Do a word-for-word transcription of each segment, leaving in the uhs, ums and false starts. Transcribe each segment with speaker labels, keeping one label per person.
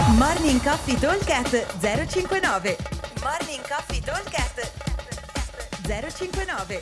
Speaker 1: Morning Coffee Talkcast zero cinquantanove. Morning Coffee Talkcast zero cinquantanove.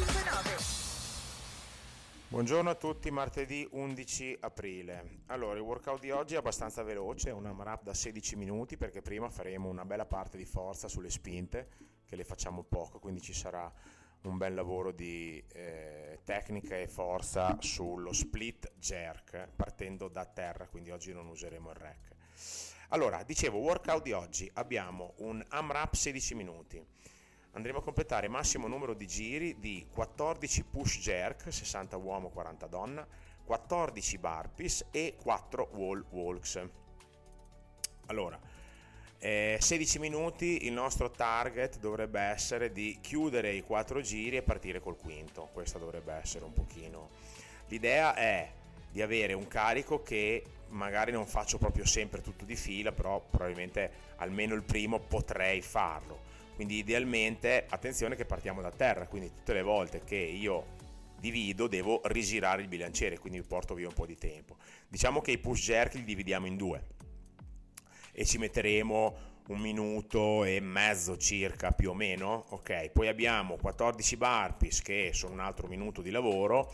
Speaker 2: Buongiorno a tutti, martedì undici aprile. Allora, il workout di oggi è abbastanza veloce, è un AMRAP da sedici minuti perché prima faremo una bella parte di forza sulle spinte, che le facciamo poco, quindi ci sarà un bel lavoro di eh, tecnica e forza sullo split jerk partendo da terra, quindi oggi non useremo il rack. Allora, dicevo, workout di oggi, abbiamo un AMRAP sedici minuti. Andremo a completare massimo numero di giri di quattordici push jerk, sessanta uomo, quaranta donna, quattordici burpees e quattro wall walks. Allora, eh, sedici minuti, il nostro target dovrebbe essere di chiudere i quattro giri e partire col quinto. Questa dovrebbe essere un pochino. L'idea è di avere un carico che magari non faccio proprio sempre tutto di fila, però probabilmente almeno il primo potrei farlo. Quindi idealmente, attenzione che partiamo da terra, quindi tutte le volte che io divido devo rigirare il bilanciere, quindi mi porto via un po' di tempo. Diciamo che i push jerk li dividiamo in due e ci metteremo un minuto e mezzo circa, più o meno, ok? Poi abbiamo quattordici burpees che sono un altro minuto di lavoro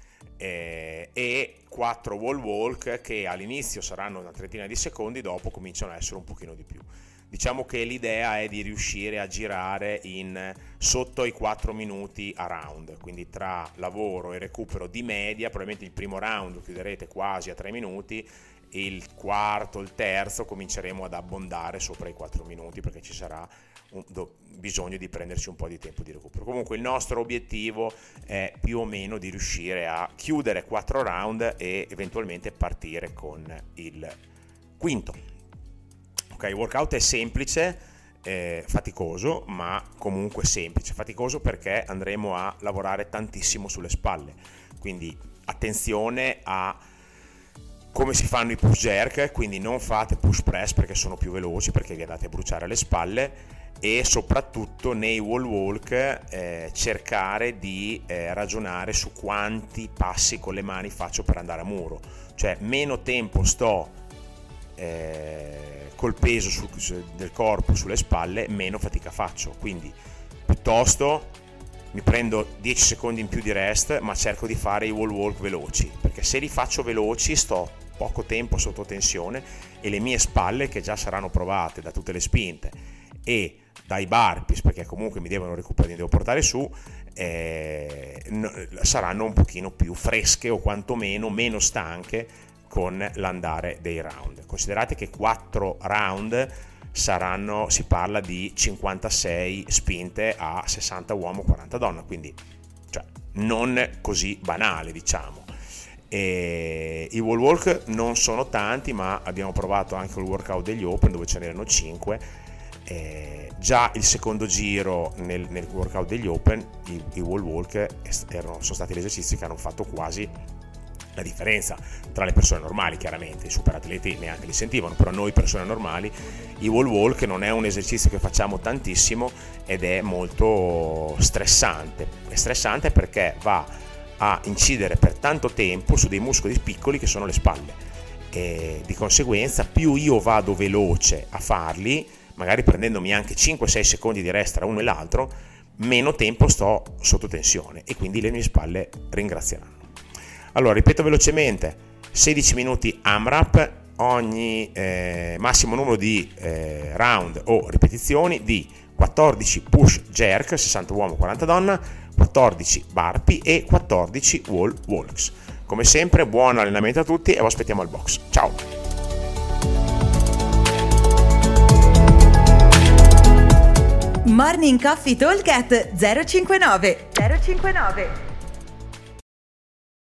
Speaker 2: eh, e quattro wall walk che all'inizio saranno una trentina di secondi, dopo cominciano a essere un pochino di più. Diciamo che l'idea è di riuscire a girare in sotto i quattro minuti a round, quindi tra lavoro e recupero di media, probabilmente il primo round lo chiuderete quasi a tre minuti, il quarto, il terzo cominceremo ad abbondare sopra i quattro minuti perché ci sarà un, do, bisogno di prenderci un po' di tempo di recupero. Comunque il nostro obiettivo è più o meno di riuscire a chiudere quattro round e eventualmente partire con il quinto. Ok, il workout è semplice, eh, faticoso, ma comunque semplice. Faticoso perché andremo a lavorare tantissimo sulle spalle, quindi attenzione a come si fanno i push jerk, quindi non fate push press perché sono più veloci, perché vi andate a bruciare le spalle, e soprattutto nei wall walk eh, cercare di eh, ragionare su quanti passi con le mani faccio per andare a muro, cioè meno tempo sto eh, col peso su, su, del corpo sulle spalle, meno fatica faccio, quindi piuttosto mi prendo dieci secondi in più di rest, ma cerco di fare i wall walk veloci, perché se li faccio veloci sto poco tempo sotto tensione e le mie spalle, che già saranno provate da tutte le spinte e dai burpees, perché comunque mi devono recuperare, mi devo portare su, eh, saranno un pochino più fresche o quantomeno meno stanche con l'andare dei round. Considerate che quattro round saranno, si parla di cinquantasei spinte a sessanta uomo, quaranta donna, quindi cioè, non così banale, diciamo. E i wall walk non sono tanti, ma abbiamo provato anche il workout degli open dove ce n'erano cinque. E già il secondo giro nel, nel workout degli open i, i wall walk erano, sono stati gli esercizi che hanno fatto quasi la differenza tra le persone normali. Chiaramente i super atleti neanche li sentivano, però noi persone normali i wall walk non è un esercizio che facciamo tantissimo ed è molto stressante. È stressante perché va a incidere per tanto tempo su dei muscoli piccoli che sono le spalle, e di conseguenza più io vado veloce a farli, magari prendendomi anche cinque sei secondi di rest tra uno e l'altro, meno tempo sto sotto tensione e quindi le mie spalle ringrazieranno. Allora, ripeto velocemente: sedici minuti AMRAP, ogni eh, massimo numero di eh, round o ripetizioni di quattordici push jerk, sessanta uomo, quaranta donna, quattordici burpee e quattordici wall walks. Come sempre, buon allenamento a tutti e vi aspettiamo al box. Ciao!
Speaker 1: Morning Coffee Talkcast zero cinquantanove.